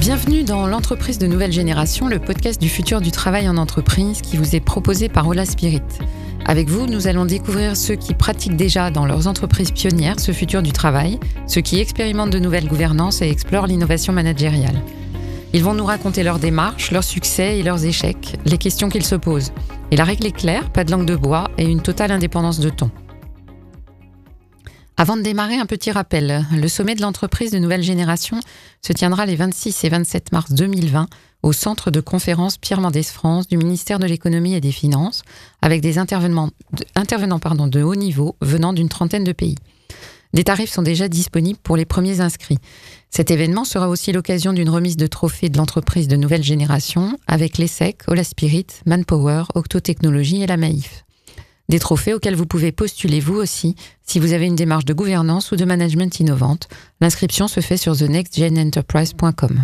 Bienvenue dans l'entreprise de nouvelle génération, le podcast du futur du travail en entreprise qui vous est proposé par Ola Spirit. Avec vous, nous allons découvrir ceux qui pratiquent déjà dans leurs entreprises pionnières ce futur du travail, ceux qui expérimentent de nouvelles gouvernances et explorent l'innovation managériale. Ils vont nous raconter leurs démarches, leurs succès et leurs échecs, les questions qu'ils se posent. Et la règle est claire, pas de langue de bois et une totale indépendance de ton. Avant de démarrer, un petit rappel. Le sommet de l'entreprise de nouvelle génération se tiendra les 26 et 27 mars 2020 au centre de conférence Pierre Mendès France du ministère de l'Économie et des Finances, avec des intervenants de haut niveau venant d'une trentaine de pays. Des tarifs sont déjà disponibles pour les premiers inscrits. Cet événement sera aussi l'occasion d'une remise de trophées de l'entreprise de nouvelle génération avec l'ESSEC, Ola Spirit, Manpower, Octo Technologies et la Maïf. Des trophées auxquels vous pouvez postuler vous aussi si vous avez une démarche de gouvernance ou de management innovante. L'inscription se fait sur thenextgenenterprise.com.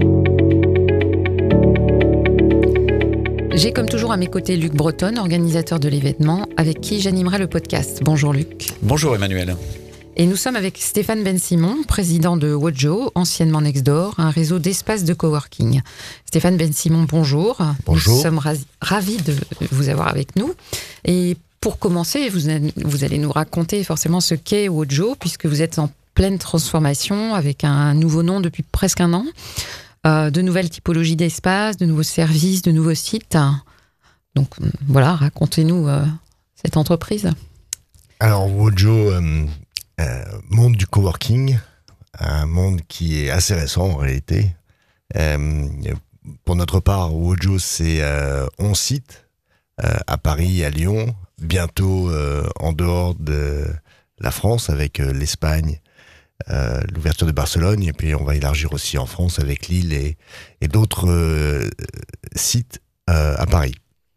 J'ai comme toujours à mes côtés Luc Breton, organisateur de l'événement, avec qui j'animerai le podcast. Bonjour Luc. Bonjour Emmanuel. Et nous sommes avec Stéphane Ben-Simon, président de Wojo, anciennement Nextdoor, un réseau d'espaces de coworking. Stéphane Ben-Simon, bonjour. Bonjour. Nous sommes ravis de vous avoir avec nous. Et pour commencer, vous allez nous raconter forcément ce qu'est Wojo, puisque vous êtes en pleine transformation avec un nouveau nom depuis presque un an, de nouvelles typologies d'espaces, de nouveaux services, de nouveaux sites. Donc voilà, racontez-nous cette entreprise. Alors Wojo, monde du coworking, un monde qui est assez récent en réalité. Pour notre part, Wojo, c'est 11 sites à Paris, à Lyon, bientôt en dehors de la France avec l'Espagne, l'ouverture de Barcelone, et puis on va élargir aussi en France avec Lille et d'autres sites à Paris.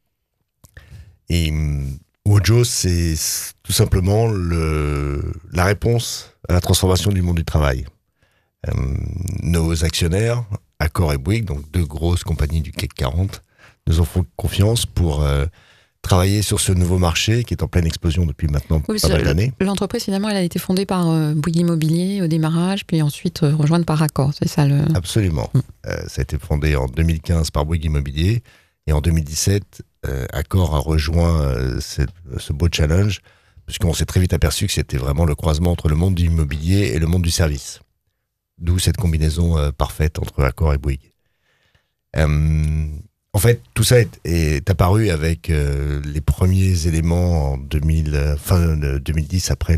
Et Wojo, c'est tout simplement la réponse à la transformation du monde du travail. Nos actionnaires, Accor et Bouygues, donc deux grosses compagnies du CAC 40, nous ont fait confiance pour travailler sur ce nouveau marché qui est en pleine explosion depuis maintenant pas mal d'années. L'entreprise, finalement, elle a été fondée par Bouygues Immobilier au démarrage, puis ensuite rejointe par Accor, c'est ça le... Absolument. Ça a été fondé en 2015 par Bouygues Immobilier, et en 2017, Accor a rejoint ce beau challenge, puisqu'on s'est très vite aperçu que c'était vraiment le croisement entre le monde de l'immobilier et le monde du service. D'où cette combinaison parfaite entre Accor et Bouygues. En fait, tout ça est apparu avec les premiers éléments en fin 2010, après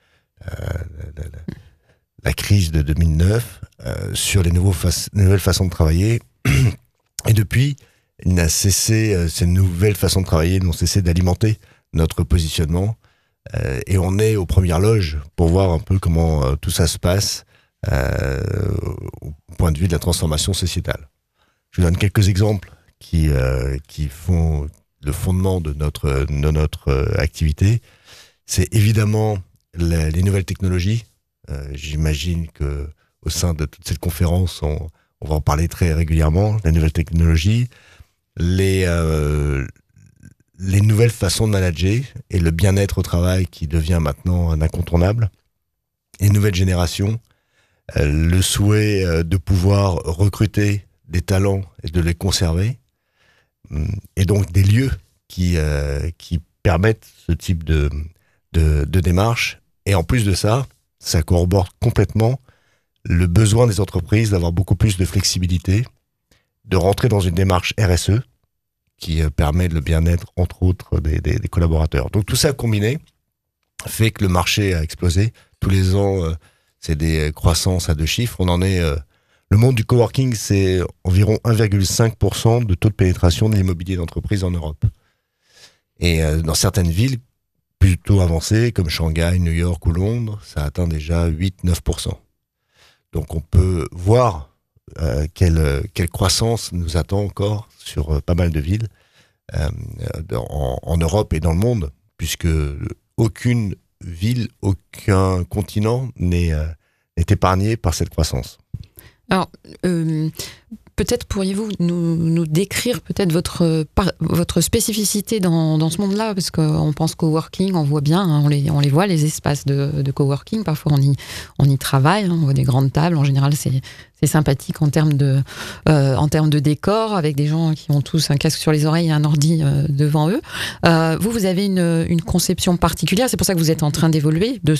la crise de 2009, sur les nouvelles façons de travailler. Et depuis, ces nouvelles façons de travailler n'ont cessé d'alimenter notre positionnement. Et on est aux premières loges pour voir un peu comment tout ça se passe au point de vue de la transformation sociétale. Je vous donne quelques exemples qui font le fondement de notre activité. C'est évidemment les nouvelles technologies. J'imagine que au sein de toute cette conférence, on va en parler très régulièrement. Les nouvelles technologies, les nouvelles façons de manager et le bien-être au travail qui devient maintenant un incontournable. Les nouvelles générations, le souhait de pouvoir recruter des talents et de les conserver, et donc des lieux qui permettent ce type de démarche. Et en plus de ça, ça corrobore complètement le besoin des entreprises d'avoir beaucoup plus de flexibilité, de rentrer dans une démarche RSE qui permet le bien-être, entre autres, des collaborateurs. Donc tout ça combiné fait que le marché a explosé. Tous les ans, c'est des croissances à 2 chiffres. On en est... Le monde du coworking, c'est environ 1,5% de taux de pénétration de l'immobilier d'entreprise en Europe. Et dans certaines villes plutôt avancées, comme Shanghai, New York ou Londres, ça atteint déjà 8-9%. Donc on peut voir quelle croissance nous attend encore sur pas mal de villes en Europe et dans le monde, puisque aucune ville, aucun continent n'est épargné par cette croissance. Alors, peut-être pourriez-vous nous décrire peut-être votre spécificité dans ce monde-là, parce qu'on pense coworking, on voit bien, hein, on les voit, les espaces de coworking, parfois on y travaille, hein, on voit des grandes tables, en général c'est sympathique en termes de décor, avec des gens qui ont tous un casque sur les oreilles et un ordi devant eux. Vous avez une conception particulière, c'est pour ça que vous êtes en train d'évoluer de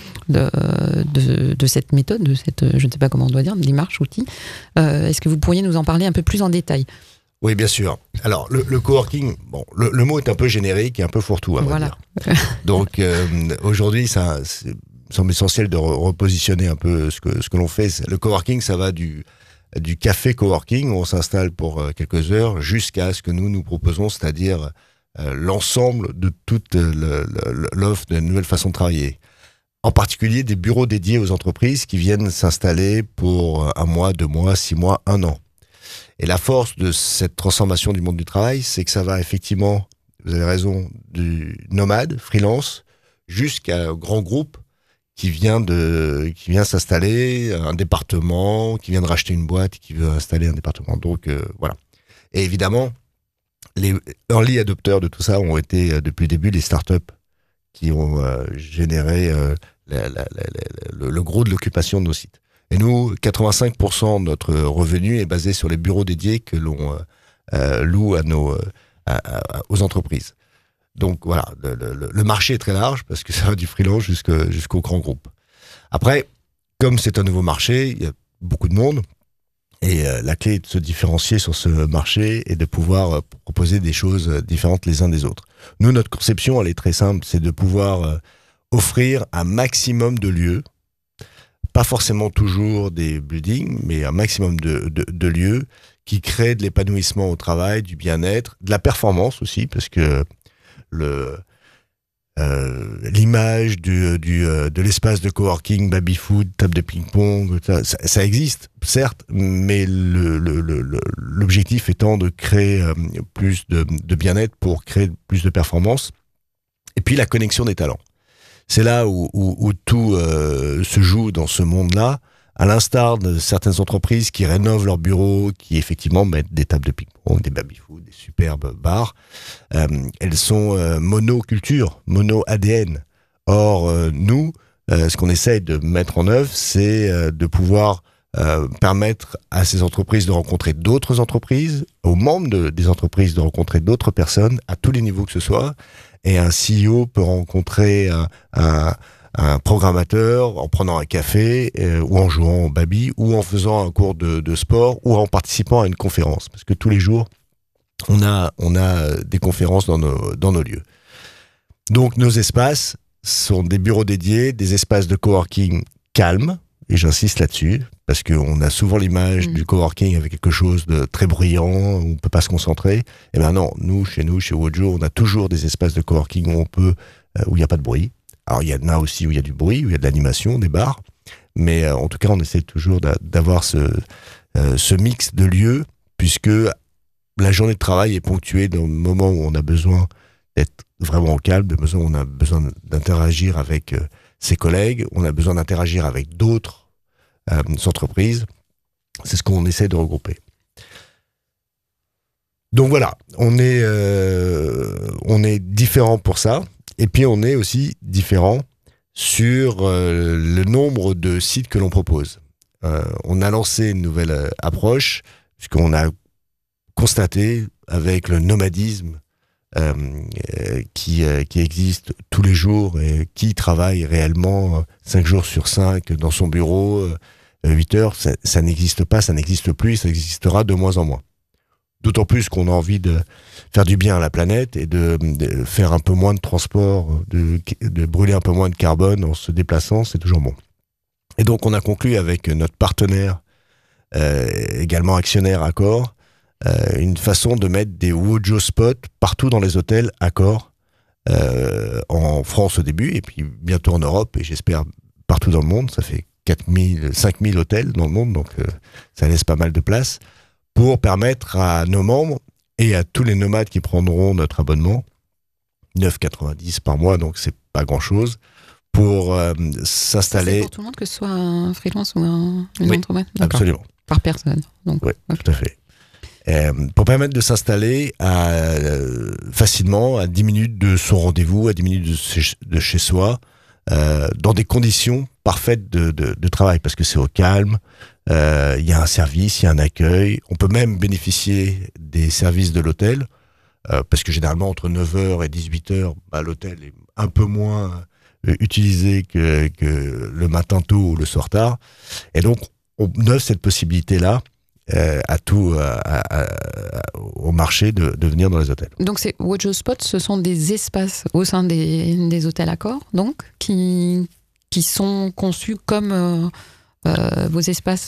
cette méthode, de cette, je ne sais pas comment on doit dire, démarche, outil. Est-ce que vous pourriez nous en parler un peu plus en détail ? Oui, bien sûr. Alors, le coworking, bon, le mot est un peu générique et un peu fourre-tout, à vrai dire. Donc, aujourd'hui, ça semble essentiel de repositionner un peu ce que l'on fait. Le coworking, ça va du café coworking, où on s'installe pour quelques heures, jusqu'à ce que nous proposons, c'est-à-dire l'ensemble de toute l'offre de nouvelles façons de travailler. En particulier des bureaux dédiés aux entreprises qui viennent s'installer pour 1 mois, 2 mois, 6 mois, 1 an. Et la force de cette transformation du monde du travail, c'est que ça va effectivement, vous avez raison, du nomade, freelance, jusqu'à un grand groupe qui vient s'installer, un département, qui vient de racheter une boîte, qui veut installer un département. Donc voilà. Et évidemment, les early adopteurs de tout ça ont été depuis le début les startups qui ont généré le gros de l'occupation de nos sites. Et nous, 85% de notre revenu est basé sur les bureaux dédiés que l'on loue aux entreprises. Donc voilà, le marché est très large parce que ça va du freelance jusqu'au grand groupe. Après, comme c'est un nouveau marché, il y a beaucoup de monde et la clé est de se différencier sur ce marché et de pouvoir proposer des choses différentes les uns des autres. Nous, notre conception, elle est très simple, c'est de pouvoir offrir un maximum de lieux, pas forcément toujours des buildings, mais un maximum de lieux qui créent de l'épanouissement au travail, du bien-être, de la performance aussi, parce que l'image de l'espace de coworking, baby-food, table de ping-pong, ça existe, certes, mais l'objectif étant de créer plus de bien-être pour créer plus de performance. Et puis la connexion des talents. C'est là où tout se joue dans ce monde-là, à l'instar de certaines entreprises qui rénovent leurs bureaux, qui effectivement mettent des tables de ping-pong, des baby-food, des superbes bars. Elles sont monoculture, mono-ADN. Or, nous, ce qu'on essaye de mettre en œuvre, c'est de pouvoir permettre à ces entreprises de rencontrer d'autres entreprises, aux membres des entreprises de rencontrer d'autres personnes, à tous les niveaux que ce soit. Et un CEO peut rencontrer un programmateur en prenant un café ou en jouant au baby ou en faisant un cours de sport ou en participant à une conférence. Parce que tous les jours, on a des conférences dans nos lieux. Donc nos espaces sont des bureaux dédiés, des espaces de coworking calmes, et j'insiste là-dessus, parce qu'on a souvent l'image du coworking avec quelque chose de très bruyant, où on ne peut pas se concentrer. Et bien non, chez Wojo, on a toujours des espaces de coworking où il n'y a pas de bruit. Alors il y en a aussi où il y a du bruit, où il y a de l'animation, des bars, mais en tout cas on essaie toujours d'avoir ce mix de lieux, puisque la journée de travail est ponctuée dans le moment où on a besoin d'être vraiment au calme, où on a besoin d'interagir avec ses collègues, on a besoin d'interagir avec d'autres entreprises. C'est ce qu'on essaie de regrouper. Donc voilà, on est différent pour ça. Et puis on est aussi différent sur le nombre de sites que l'on propose. On a lancé une nouvelle approche, puisqu'on a constaté avec le nomadisme qui existe tous les jours et qui travaille réellement 5 jours sur 5 dans son bureau, 8 heures, ça n'existe pas, ça n'existe plus, ça existera de moins en moins. D'autant plus qu'on a envie de faire du bien à la planète et de faire un peu moins de transport, de brûler un peu moins de carbone en se déplaçant, c'est toujours bon. Et donc on a conclu avec notre partenaire, également actionnaire Accor, une façon de mettre des Wojo spots partout dans les hôtels Accor, en France au début, et puis bientôt en Europe, et j'espère partout dans le monde. Ça fait 5000 hôtels dans le monde, donc ça laisse pas mal de place, pour permettre à nos membres et à tous les nomades qui prendront notre abonnement, 9,90 par mois, donc c'est pas grand-chose, pour s'installer. C'est pour tout le monde, que ce soit un freelance ou une oui, entreprise. Absolument. Par personne. Donc, Oui, okay. Tout à fait. Pour permettre de s'installer facilement à 10 minutes de son rendez-vous, à 10 minutes de chez soi, dans des conditions parfaites de travail, parce que c'est au calme, il y a un service, il y a un accueil, on peut même bénéficier des services de l'hôtel, parce que généralement entre 9h et 18h, l'hôtel est un peu moins utilisé que le matin tôt ou le soir tard, et donc on offre cette possibilité-là au marché de venir dans les hôtels. Donc ces Wojo Spots, ce sont des espaces au sein des hôtels Accor, donc, qui sont conçus comme vos espaces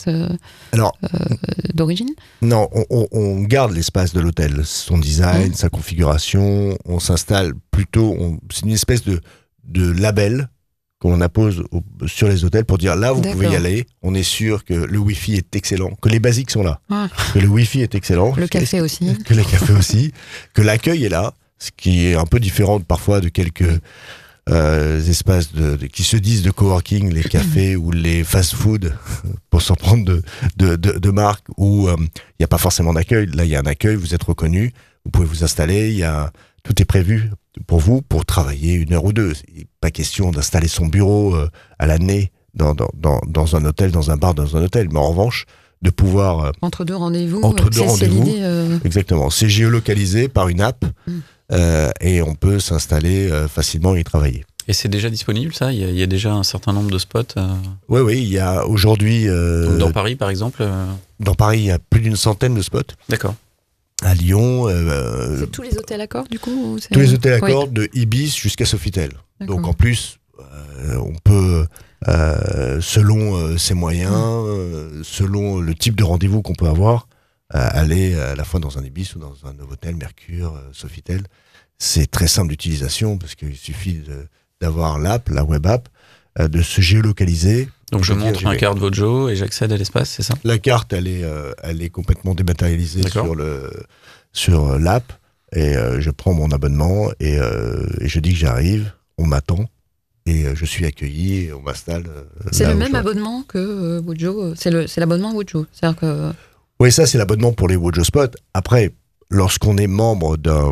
d'origine? Non, on garde l'espace de l'hôtel, son design, sa configuration, on s'installe plutôt, c'est une espèce de label qu'on appose sur les hôtels pour dire là vous pouvez y aller, on est sûr que le Wi-Fi est excellent, que les basiques sont là, que le Wi-Fi est excellent, le café aussi, que les cafés aussi, que l'accueil est là, ce qui est un peu différent parfois de quelques espaces qui se disent de coworking, les cafés ou les fast-food, pour s'en prendre de marques où il n'y a pas forcément d'accueil. Là il y a un accueil, vous êtes reconnu, vous pouvez vous installer, tout est prévu pour vous, pour travailler 1 heure ou 2. Il n'est pas question d'installer son bureau à l'année dans un hôtel, dans un bar, dans un hôtel. Mais en revanche, de pouvoir... entre deux rendez-vous. L'idée, exactement. C'est géolocalisé par une app et on peut s'installer facilement et y travailler. Et c'est déjà disponible, ça ? Il y a déjà un certain nombre de spots Oui, il y a aujourd'hui... dans Paris, par exemple Dans Paris, il y a plus d'une centaine de spots. D'accord. À Lyon... c'est tous les hôtels Accor, du coup tous les hôtels Accor, de Ibis jusqu'à Sofitel. D'accord. Donc en plus, on peut, selon ses moyens, selon le type de rendez-vous qu'on peut avoir, aller à la fois dans un Ibis ou dans un Novotel, Mercure, Sofitel. C'est très simple d'utilisation parce qu'il suffit d'avoir l'app, la web app, de se géolocaliser. Donc je montre un carte Wojo et j'accède à l'espace, c'est ça ? La carte, elle est complètement dématérialisée sur l'app et je prends mon abonnement et je dis que j'arrive, on m'attend et je suis accueilli et on m'installe. C'est le même abonnement que Wojo, c'est l'abonnement Wojo, c'est-à-dire que... Oui, ça c'est l'abonnement pour les Wojo Spots. Après, lorsqu'on est membre d'un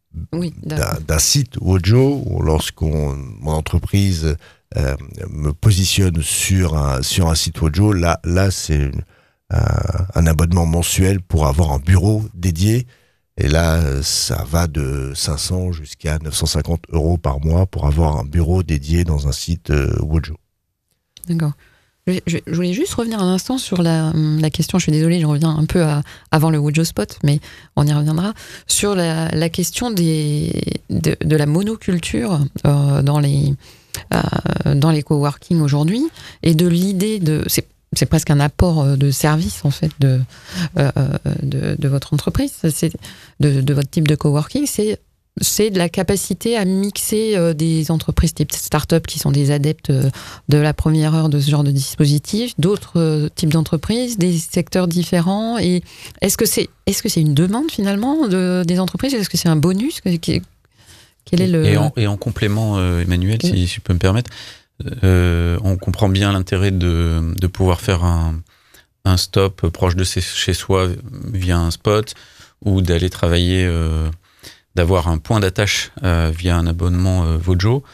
site Wojo ou mon entreprise me positionne sur un site Wojo, là c'est un abonnement mensuel pour avoir un bureau dédié. Et là, ça va de 500 jusqu'à 950 € par mois pour avoir un bureau dédié dans un site Wojo. D'accord. Je voulais juste revenir un instant sur la question, je suis désolée, je reviens un peu avant le Wojo Spot, mais on y reviendra, sur la question de la monoculture dans les coworking aujourd'hui, et de l'idée c'est presque un apport de service en fait de votre entreprise, de votre type de coworking, c'est de la capacité à mixer des entreprises type start-up qui sont des adeptes de la première heure de ce genre de dispositif, d'autres types d'entreprises, des secteurs différents. Et est-ce que c'est une demande finalement des entreprises ? Est-ce que c'est un bonus ? Quel est le... et en complément, Emmanuel, si je peux me permettre, on comprend bien l'intérêt de pouvoir faire un stop proche de chez soi via un spot, ou d'aller travailler, d'avoir un point d'attache via un abonnement Wojo.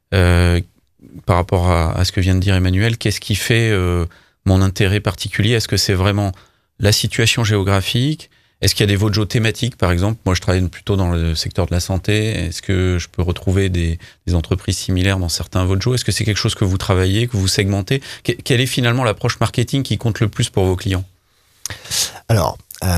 Par rapport à ce que vient de dire Emmanuel, qu'est-ce qui fait mon intérêt particulier ? Est-ce que c'est vraiment la situation géographique ? Est-ce qu'il y a des Wojo thématiques, par exemple ? Moi, je travaille plutôt dans le secteur de la santé. Est-ce que je peux retrouver des entreprises similaires dans certains Wojo ? Est-ce que c'est quelque chose que vous travaillez, que vous segmentez ? Quelle est finalement l'approche marketing qui compte le plus pour vos clients ? Alors,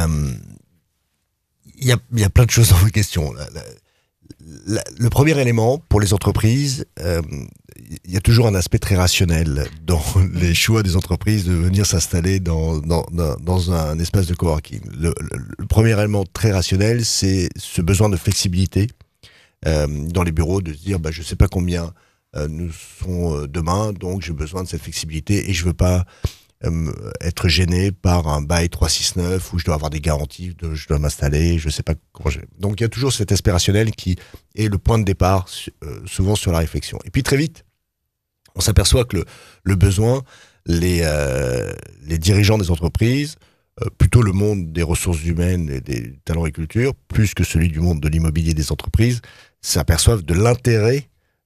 il y a plein de choses dans vos questions. Le premier élément, pour les entreprises, il y a toujours un aspect très rationnel dans les choix des entreprises de venir s'installer dans un espace de coworking. Le premier élément très rationnel, c'est ce besoin de flexibilité dans les bureaux, de se dire je ne sais pas combien nous serons demain, donc j'ai besoin de cette flexibilité et je ne veux pas être gêné par un bail 369 où je dois avoir des garanties, je dois m'installer, je ne sais pas comment je vais. Donc il y a toujours cet aspect rationnel qui est le point de départ souvent sur la réflexion. Et puis très vite, on s'aperçoit que le besoin les dirigeants des entreprises, plutôt le monde des ressources humaines et des talents et culture, plus que celui du monde de l'immobilier des entreprises, s'aperçoivent de l'intérêt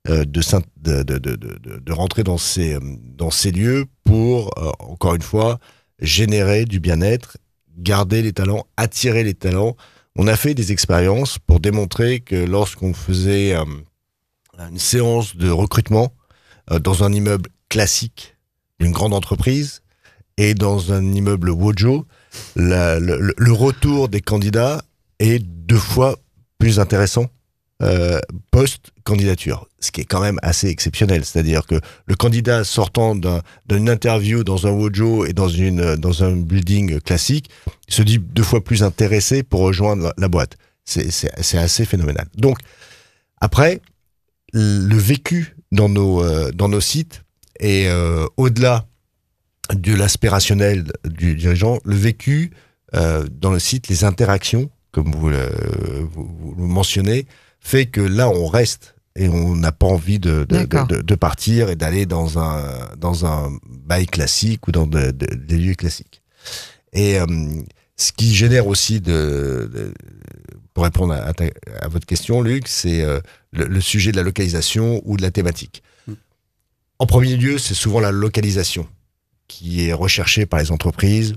de rentrer dans ces lieux pour, encore une fois, générer du bien-être, garder les talents, attirer les talents. On a fait des expériences pour démontrer que lorsqu'on faisait une séance de recrutement dans un immeuble classique d'une grande entreprise et dans un immeuble Wojo, le retour des candidats est 2 fois plus intéressant post-candidature, ce qui est quand même assez exceptionnel. C'est-à-dire que le candidat sortant d'une interview dans un Wojo et dans un building classique se dit 2 fois plus intéressé pour rejoindre la boîte. C'est assez phénoménal. Donc, après, le vécu dans nos sites et au-delà de l'aspirationnel du dirigeant, le vécu dans le site, les interactions, comme vous le mentionnez, fait que là, on reste et on n'a pas envie de partir et d'aller dans un bail classique ou dans des lieux classiques. Et ce qui génère aussi, pour répondre à votre question, Luc, c'est le sujet de la localisation ou de la thématique. En premier lieu, c'est souvent la localisation qui est recherchée par les entreprises.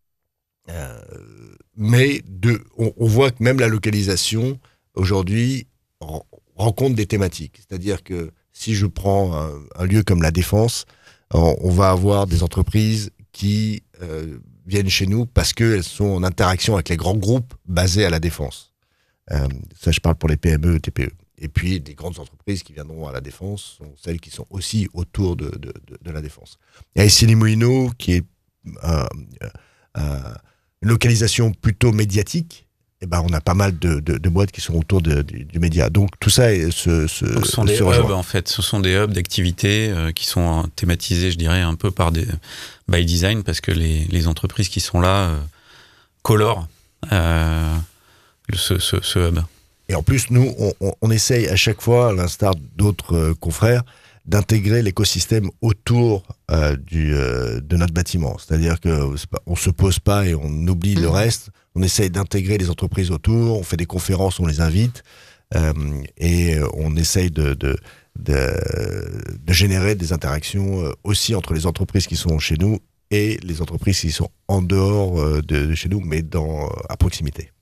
Mais on voit que même la localisation, aujourd'hui, rencontre des thématiques. C'est-à-dire que si je prends un lieu comme la Défense, on va avoir des entreprises qui viennent chez nous parce qu'elles sont en interaction avec les grands groupes basés à la Défense. Ça, je parle pour les PME et TPE. Et puis, des grandes entreprises qui viendront à la Défense sont celles qui sont aussi autour de la Défense. Il y a ici les Moulineaux, qui est une localisation plutôt médiatique. Et ben, on a pas mal de boîtes qui sont autour du média. Donc, tout ça donc, ce sont des hubs, en fait. Ce sont des hubs d'activités qui sont thématisés, je dirais, un peu par by design, parce que les entreprises qui sont là colorent ce hub. Et en plus, nous, on essaye à chaque fois, à l'instar d'autres confrères, d'intégrer l'écosystème autour de notre bâtiment. C'est-à-dire qu'on ne se pose pas et on oublie le reste. On essaye d'intégrer les entreprises autour, on fait des conférences, on les invite, et on essaye de générer des interactions aussi entre les entreprises qui sont chez nous et les entreprises qui sont en dehors de chez nous, mais à proximité.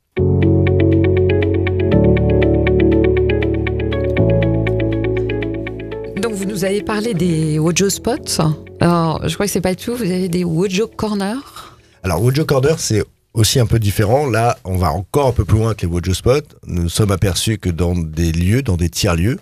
Donc, vous nous avez parlé des Wojo Spots. Alors, je crois que c'est pas tout. Vous avez des Wojo Corners. Alors, Wojo Corner, c'est aussi un peu différent. Là, on va encore un peu plus loin que les Wojo Spots. Nous sommes aperçus que dans des lieux, dans des tiers-lieux,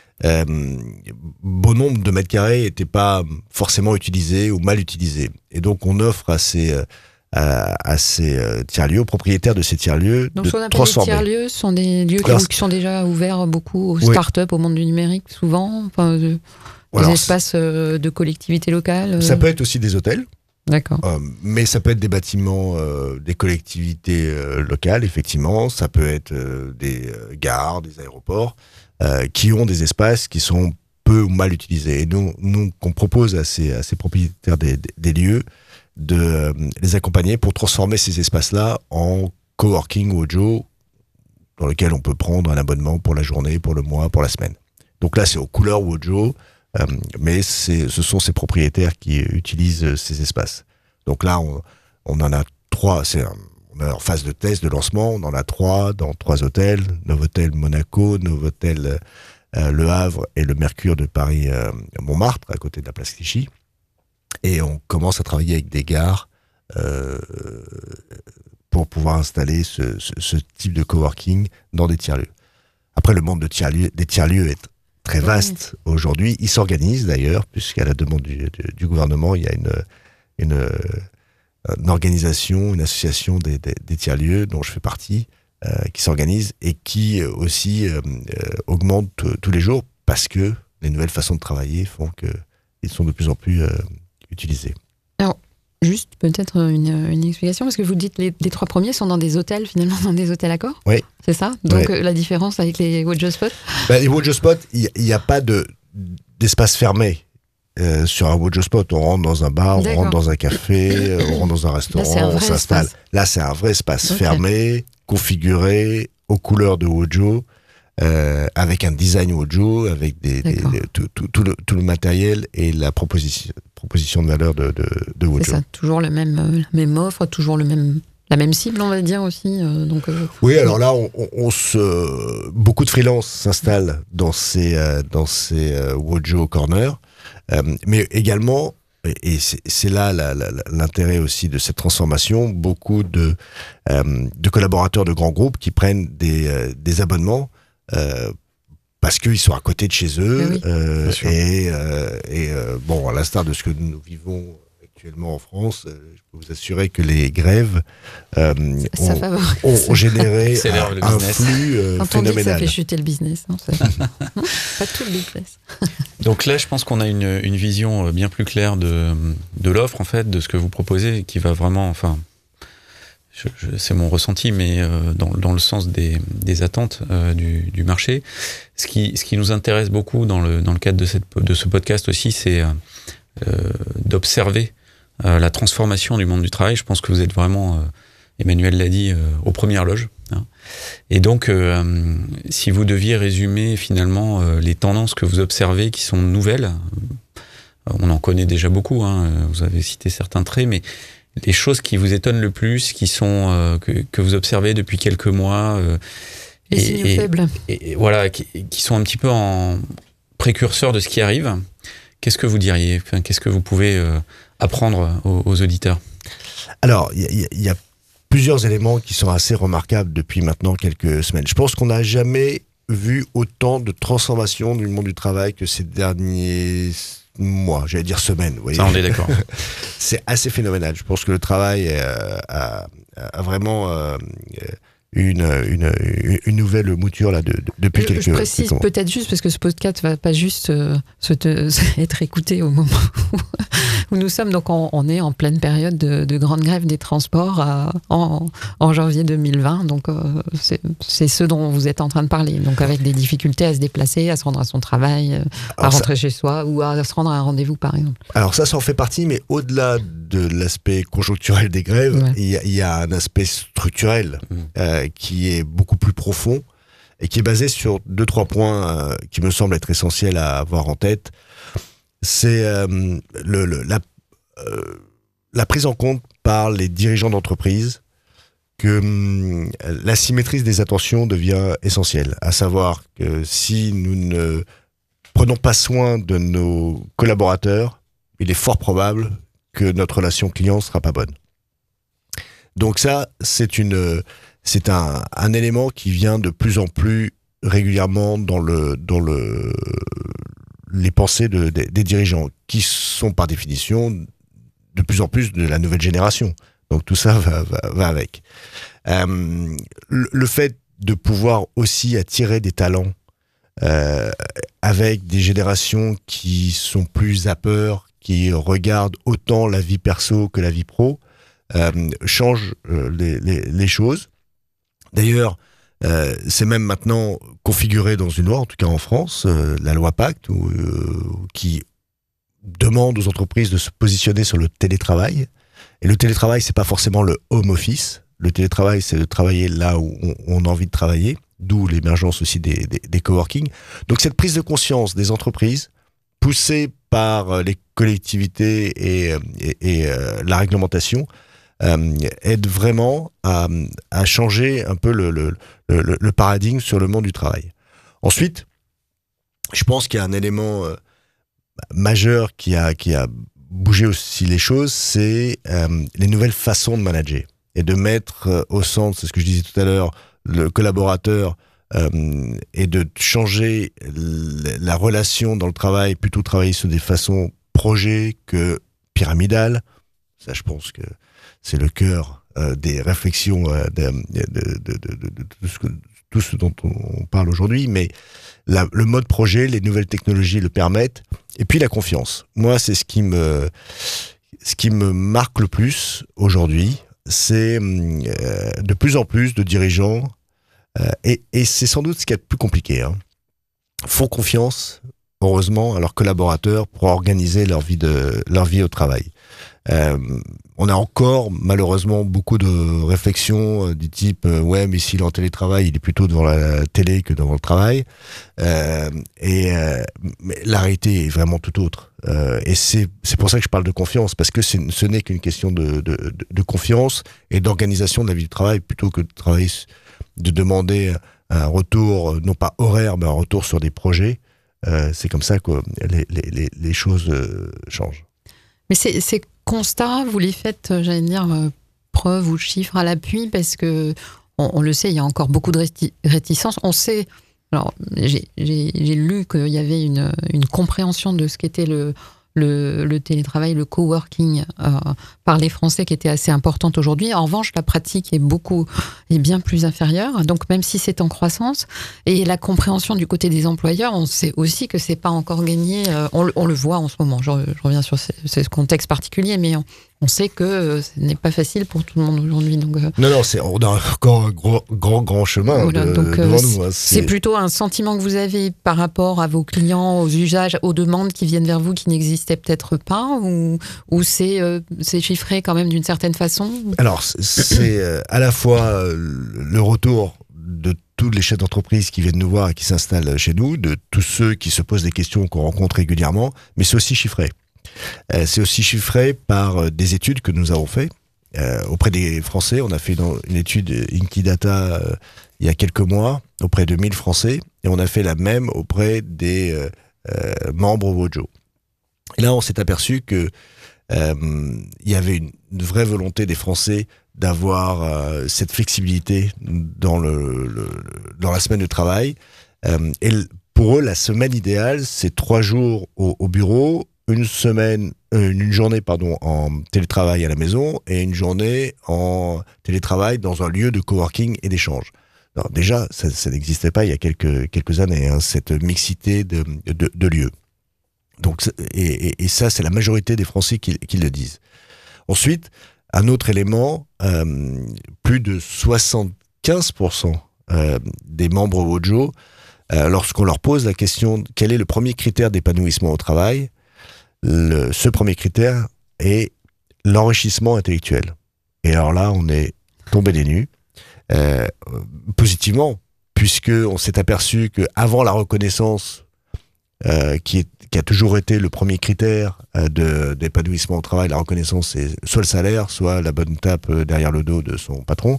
bon nombre de mètres carrés n'étaient pas forcément utilisés ou mal utilisés. Et donc, on offre à ces tiers-lieux, aux propriétaires de ces tiers-lieux, donc, de transformer. Les tiers-lieux sont des lieux qui sont déjà ouverts beaucoup aux startups, au monde du numérique, souvent, des espaces de collectivités locales. Ça peut être aussi des hôtels. D'accord. Mais ça peut être des bâtiments des collectivités locales, effectivement. Ça peut être des gares, des aéroports, qui ont des espaces qui sont peu ou mal utilisés. Et nous qu'on propose à ces propriétaires des lieux de les accompagner pour transformer ces espaces-là en coworking Wojo, dans lequel on peut prendre un abonnement pour la journée, pour le mois, pour la semaine. Donc là, c'est aux couleurs Wojo, mais ce sont ces propriétaires qui utilisent ces espaces. Donc là, on en a 3, on est en phase de test, de lancement, on en a 3 dans 3 hôtels, Novotel Monaco, Novotel Le Havre et le Mercure de Paris Montmartre, à côté de la place Clichy. Et on commence à travailler avec des gares pour pouvoir installer ce type de coworking dans des tiers-lieux. Après, le monde des tiers-lieux est très vaste aujourd'hui. Il s'organise d'ailleurs, puisqu'à la demande du gouvernement, il y a une organisation, une association des tiers-lieux dont je fais partie, qui s'organise et qui aussi augmente tous les jours parce que les nouvelles façons de travailler font qu'ils sont de plus en plus utilisés. Alors, juste peut-être une explication, parce que vous dites les 3 premiers sont dans des hôtels, finalement, dans des hôtels Accor. Oui. C'est ça? Donc, la différence avec les Wojo Spots? Les Wojo Spots, il n'y a pas d'espace fermé. sur un Wojo Spot. On rentre dans un bar, on rentre dans un café, on rentre dans un restaurant, on s'installe. Là, c'est un vrai espace fermé, configuré, aux couleurs de Wojo, avec un design Wojo, avec tout le matériel et la proposition de valeur de Wojo. C'est ça, toujours la même offre, toujours la même cible, on va dire aussi. Oui, alors là, beaucoup de freelances s'installent dans ces Wojo Corner, mais également, et c'est là l'intérêt aussi de cette transformation, beaucoup de collaborateurs de grands groupes qui prennent des abonnements parce qu'ils sont à côté de chez eux, bon, à l'instar de ce que nous vivons actuellement en France, je peux vous assurer que les grèves ont généré un flux phénoménal. Ça fait chuter le business. Non, pas tout le business. Donc là, je pense qu'on a une vision bien plus claire de l'offre, en fait, de ce que vous proposez, qui va vraiment, enfin, c'est mon ressenti, mais dans le sens des attentes du marché. Ce qui nous intéresse beaucoup dans le cadre de ce podcast aussi, c'est d'observer la transformation du monde du travail. Je pense que vous êtes vraiment, Emmanuel l'a dit, aux premières loges. Hein. Et donc, si vous deviez résumer finalement les tendances que vous observez qui sont nouvelles, on en connaît déjà beaucoup, hein, vous avez cité certains traits, mais les choses qui vous étonnent le plus, qui sont que vous observez depuis quelques mois, les signaux faibles, et voilà, qui sont un petit peu en précurseur de ce qui arrive. Qu'est-ce que vous diriez ? Enfin, qu'est-ce que vous pouvez apprendre aux auditeurs ? Alors, il y a plusieurs éléments qui sont assez remarquables depuis maintenant quelques semaines. Je pense qu'on n'a jamais vu autant de transformation du monde du travail que ces derniers mois, j'allais dire semaines. Vous voyez. Ça, on est d'accord. C'est assez phénoménal. Je pense que le travail a vraiment une nouvelle mouture là depuis quelques. Je précise peut-être juste parce que ce podcast va pas juste être écouté au moment où nous sommes. Donc on est en pleine période de grande grève des transports en janvier 2020. Donc c'est ce dont vous êtes en train de parler. Donc avec des difficultés à se déplacer, à se rendre à son travail, à rentrer chez soi ou à se rendre à un rendez-vous par exemple. Alors ça en fait partie, mais au-delà de l'aspect conjoncturel des grèves, il y a un aspect structurel qui est beaucoup plus profond et qui est basé sur 2-3 points qui me semblent être essentiels à avoir en tête. C'est la prise en compte par les dirigeants d'entreprise que la symétrie des attentions devient essentielle. À savoir que si nous ne prenons pas soin de nos collaborateurs, il est fort probable que notre relation client ne sera pas bonne. Donc ça, c'est un élément qui vient de plus en plus régulièrement dans les pensées des dirigeants, qui sont par définition de plus en plus de la nouvelle génération. Donc tout ça va avec. Le fait de pouvoir aussi attirer des talents avec des générations qui sont plus zappeurs, qui regardent autant la vie perso que la vie pro, change les choses. D'ailleurs, c'est même maintenant configuré dans une loi, en tout cas en France, la loi Pacte, qui demande aux entreprises de se positionner sur le télétravail. Et le télétravail, c'est pas forcément le home office. Le télétravail, c'est de travailler là où on a envie de travailler, d'où l'émergence aussi des coworking. Donc cette prise de conscience des entreprises, poussée par les collectivités et la réglementation, aide vraiment à changer un peu le paradigme sur le monde du travail. Ensuite, je pense qu'il y a un élément majeur qui a bougé aussi les choses, c'est les nouvelles façons de manager et de mettre au centre, c'est ce que je disais tout à l'heure, le collaborateur et de changer la relation dans le travail, plutôt travailler sur des façons projet que pyramidales. Ça, je pense que c'est le cœur des réflexions de tout ce dont on parle aujourd'hui, mais le mode projet, les nouvelles technologies le permettent, et puis la confiance. Moi, c'est ce qui me marque le plus aujourd'hui, c'est de plus en plus de dirigeants, et c'est sans doute ce qui est le plus compliqué, font confiance, heureusement, à leurs collaborateurs pour organiser leur vie au travail. On a encore malheureusement beaucoup de réflexions du type ouais, mais s'il est en télétravail, il est plutôt devant la télé que devant le travail. Mais la réalité est vraiment tout autre. Et c'est pour ça que je parle de confiance, parce que ce n'est qu'une question de confiance et d'organisation de la vie du travail, plutôt que de demander un retour, non pas horaire, mais un retour sur des projets. C'est comme ça que les choses changent. Mais ces constats, vous les faites, j'allais dire, preuve ou chiffres à l'appui, parce que on le sait, il y a encore beaucoup de réticences. On sait, alors j'ai lu qu'il y avait une compréhension de ce qu'était le télétravail, le coworking par les Français qui était assez importante aujourd'hui. En revanche, la pratique est bien plus inférieure. Donc même si c'est en croissance, et la compréhension du côté des employeurs, on sait aussi que c'est pas encore gagné. On le voit en ce moment. Je reviens sur ce contexte particulier, mais on sait que ce n'est pas facile pour tout le monde aujourd'hui. Donc, non, on a encore un grand chemin devant nous. C'est plutôt un sentiment que vous avez par rapport à vos clients, aux usages, aux demandes qui viennent vers vous qui n'existaient peut-être pas, ou c'est chiffré quand même d'une certaine façon? Alors, c'est à la fois le retour de tous les chefs d'entreprise qui viennent nous voir et qui s'installent chez nous, de tous ceux qui se posent des questions qu'on rencontre régulièrement, mais c'est aussi chiffré. C'est aussi chiffré par des études que nous avons faites auprès des Français. On a fait une étude Inkidata il y a quelques mois auprès de 1000 Français, et on a fait la même auprès des membres Wojo. Et là, on s'est aperçu que il y avait une vraie volonté des Français d'avoir cette flexibilité dans la semaine de travail. Et pour eux, la semaine idéale, c'est 3 jours au bureau, une journée en télétravail à la maison et une journée en télétravail dans un lieu de coworking et d'échange. Alors déjà, ça n'existait pas il y a quelques années, cette mixité de lieux. Donc, et ça, c'est la majorité des Français qui le disent. Ensuite, un autre élément, plus de 75% des membres Wojo, lorsqu'on leur pose la question quel est le premier critère d'épanouissement au travail, ce premier critère est l'enrichissement intellectuel. Et alors là, on est tombé des nues, positivement, puisqu'on s'est aperçu qu'avant la reconnaissance, qui a toujours été le premier critère d'épanouissement au travail, la reconnaissance, c'est soit le salaire, soit la bonne tape derrière le dos de son patron,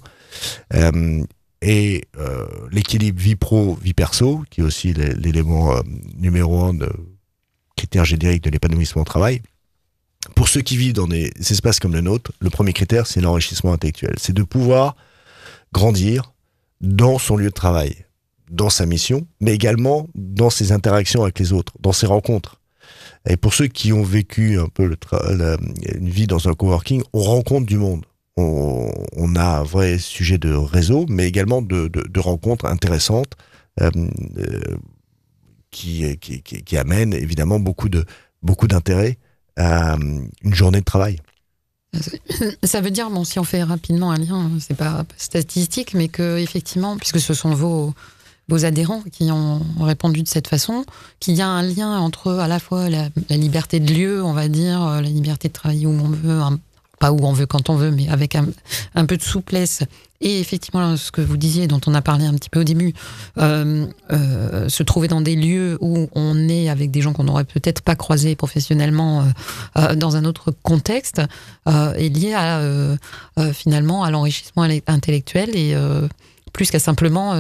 et l'équilibre vie pro, vie perso, qui est aussi l'élément numéro 1 de critère générique de l'épanouissement au travail. Pour ceux qui vivent dans des espaces comme le nôtre, le premier critère, c'est l'enrichissement intellectuel. C'est de pouvoir grandir dans son lieu de travail, dans sa mission, mais également dans ses interactions avec les autres, dans ses rencontres. Et pour ceux qui ont vécu un peu une vie dans un coworking, on rencontre du monde. On a un vrai sujet de réseau, mais également de rencontres intéressantes qui amènent évidemment beaucoup d'intérêt à une journée de travail. Ça veut dire, si on fait rapidement un lien, c'est pas statistique, mais que effectivement, puisque ce sont vos adhérents qui ont répondu de cette façon, qu'il y a un lien entre à la fois la liberté de lieu, on va dire, la liberté de travailler où on veut, pas où on veut quand on veut, mais avec un peu de souplesse, et effectivement ce que vous disiez, dont on a parlé un petit peu au début, se trouver dans des lieux où on est avec des gens qu'on n'aurait peut-être pas croisés professionnellement dans un autre contexte, est lié finalement à l'enrichissement intellectuel, et plus qu'à simplement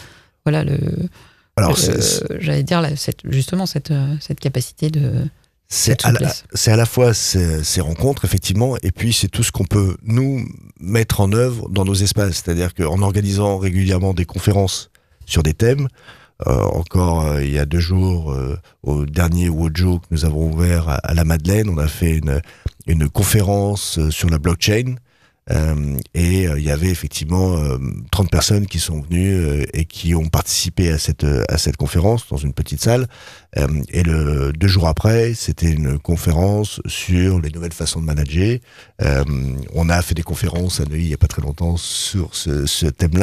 j'allais dire justement cette capacité de c'est à la fois ces rencontres, effectivement, et puis c'est tout ce qu'on peut nous mettre en œuvre dans nos espaces. C'est-à-dire qu'en organisant régulièrement des conférences sur des thèmes, il y a 2 jours, au dernier Wojo que nous avons ouvert à la Madeleine, on a fait une conférence sur la blockchain. Et il y avait effectivement 30 personnes qui sont venues et qui ont participé à cette conférence dans une petite salle. Et 2 jours après, c'était une conférence sur les nouvelles façons de manager. On a fait des conférences à Neuilly il n'y a pas très longtemps sur ce thème-là.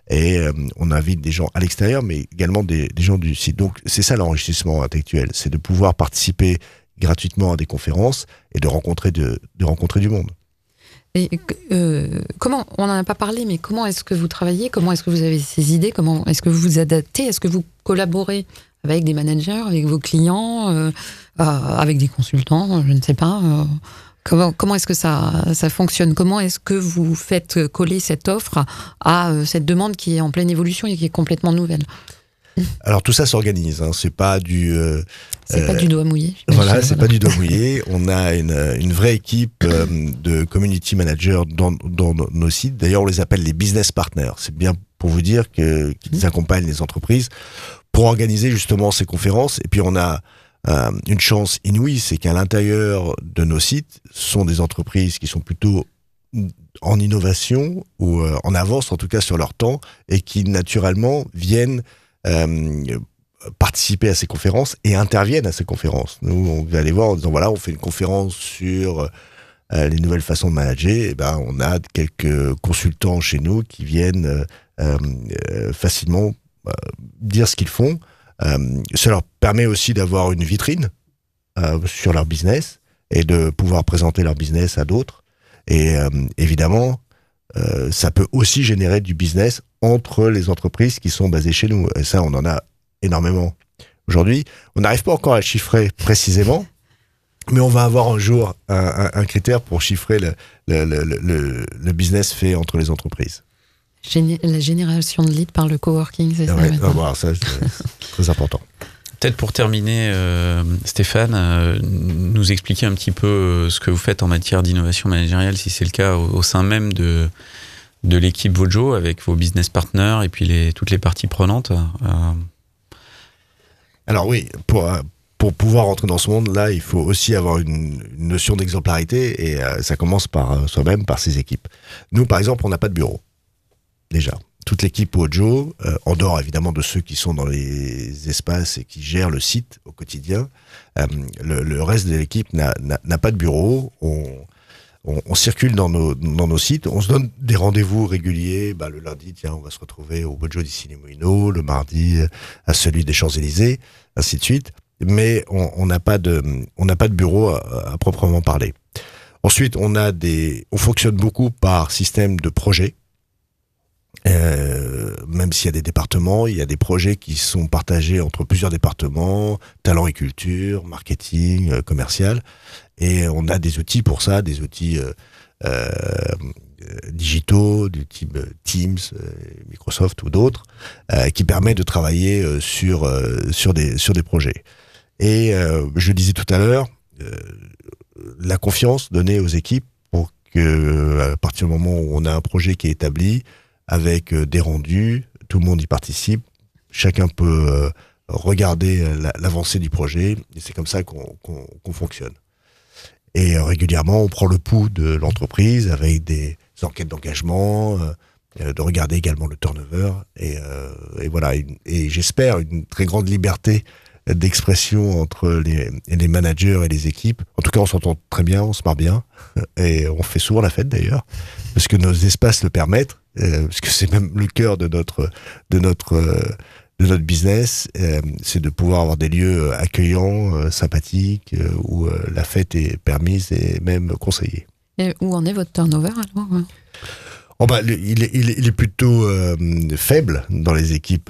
Et on invite des gens à l'extérieur, mais également des gens du site. Donc c'est ça l'enrichissement intellectuel, c'est de pouvoir participer gratuitement à des conférences et de rencontrer du monde. Et comment, on n'en a pas parlé, mais comment est-ce que vous travaillez? Comment est-ce que vous avez ces idées? Comment est-ce que vous vous adaptez? Est-ce que vous collaborez avec des managers, avec vos clients, avec des consultants, je ne sais pas. Comment est-ce que ça fonctionne? Comment est-ce que vous faites coller cette offre à cette demande qui est en pleine évolution et qui est complètement nouvelle? Alors tout ça s'organise, hein. C'est pas du pas du doigt mouillé. Voilà, c'est pas du doigt mouillé. On a une vraie équipe de community managers dans nos sites. D'ailleurs, on les appelle les business partners. C'est bien pour vous dire qu'ils accompagnent les entreprises pour organiser justement ces conférences. Et puis on a une chance inouïe, c'est qu'à l'intérieur de nos sites, sont des entreprises qui sont plutôt en innovation ou en avance en tout cas sur leur temps et qui naturellement viennent participer à ces conférences et interviennent à ces conférences. Nous, on va aller voir en disant voilà, on fait une conférence sur les nouvelles façons de manager. Et ben, on a quelques consultants chez nous qui viennent facilement dire ce qu'ils font. Ça leur permet aussi d'avoir une vitrine sur leur business et de pouvoir présenter leur business à d'autres. Et évidemment, ça peut aussi générer du business entre les entreprises qui sont basées chez nous. Et ça, on en a énormément. Aujourd'hui, on n'arrive pas encore à le chiffrer précisément, mais on va avoir un jour un critère pour chiffrer le business fait entre les entreprises. La génération de leads par le coworking, c'est ça? Ouais, voilà, ça c'est très important. Peut-être pour terminer, Stéphane, nous expliquer un petit peu ce que vous faites en matière d'innovation managériale, si c'est le cas, au sein même de l'équipe Vojo, avec vos business partners et puis toutes les parties prenantes. Alors oui, pour pouvoir rentrer dans ce monde-là, il faut aussi avoir une notion d'exemplarité et ça commence par soi-même, par ses équipes. Nous, par exemple, on n'a pas de bureau, déjà. Toute l'équipe Vojo, en dehors évidemment de ceux qui sont dans les espaces et qui gèrent le site au quotidien, le reste de l'équipe n'a pas de bureau. On circule dans nos sites, on se donne des rendez-vous réguliers. Le lundi, tiens, on va se retrouver au Vojo d'Issy-les-Moulineaux, le mardi à celui des Champs-Élysées, ainsi de suite. Mais on n'a pas de bureau à proprement parler. Ensuite, on fonctionne beaucoup par système de projets. Même s'il y a des départements, il y a des projets qui sont partagés entre plusieurs départements, talent et culture, marketing, commercial, et on a des outils pour ça, des outils digitaux du type Teams, Microsoft ou d'autres, qui permettent de travailler sur des projets. Et je le disais tout à l'heure, la confiance donnée aux équipes pour que, à partir du moment où on a un projet qui est établi, avec des rendus, tout le monde y participe, chacun peut regarder l'avancée du projet, et c'est comme ça qu'on fonctionne. Et régulièrement, on prend le pouls de l'entreprise avec des enquêtes d'engagement, de regarder également le turnover, et voilà, et j'espère une très grande liberté d'expression entre les managers et les équipes. En tout cas, on s'entend très bien, on se marre bien, et on fait souvent la fête d'ailleurs, parce que nos espaces le permettent, parce que c'est même le cœur de notre business, c'est de pouvoir avoir des lieux accueillants, sympathiques, où la fête est permise et même conseillée. Et où en est votre turnover alors? Il est plutôt faible dans les équipes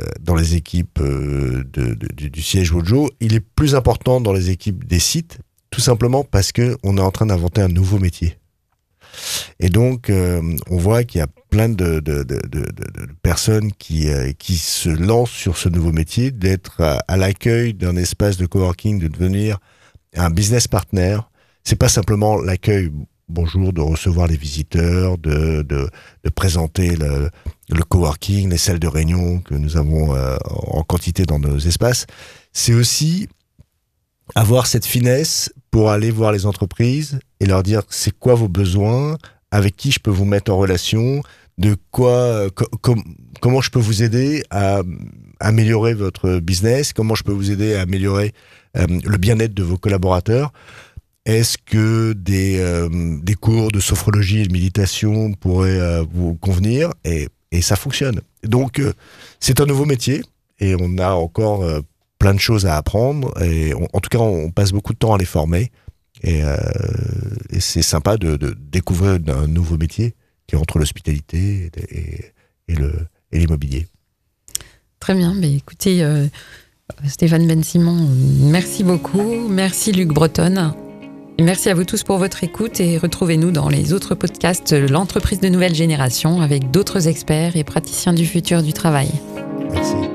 du siège Vojo. Il est plus important dans les équipes des sites, tout simplement parce que on est en train d'inventer un nouveau métier. Et donc, on voit qu'il y a plein de personnes qui se lancent sur ce nouveau métier, d'être à l'accueil d'un espace de coworking, de devenir un business partner. C'est pas simplement l'accueil, bonjour, de recevoir les visiteurs, de présenter le coworking, les salles de réunion que nous avons en quantité dans nos espaces. C'est aussi avoir cette finesse pour aller voir les entreprises et leur dire c'est quoi vos besoins, avec qui je peux vous mettre en relation, comment je peux vous aider à améliorer votre business, comment je peux vous aider à améliorer le bien-être de vos collaborateurs. Est-ce que des cours de sophrologie et de méditation pourraient vous convenir? Et et ça fonctionne. Donc, c'est un nouveau métier et on a encore plein de choses à apprendre. Et en tout cas, on passe beaucoup de temps à les former. Et c'est sympa de découvrir un nouveau métier qui est entre l'hospitalité et l'immobilier. Très bien. Mais écoutez, Stéphane Ben-Simon, merci beaucoup. Merci Luc Bretonne. Et merci à vous tous pour votre écoute et retrouvez-nous dans les autres podcasts L'entreprise de nouvelle génération avec d'autres experts et praticiens du futur du travail. Merci.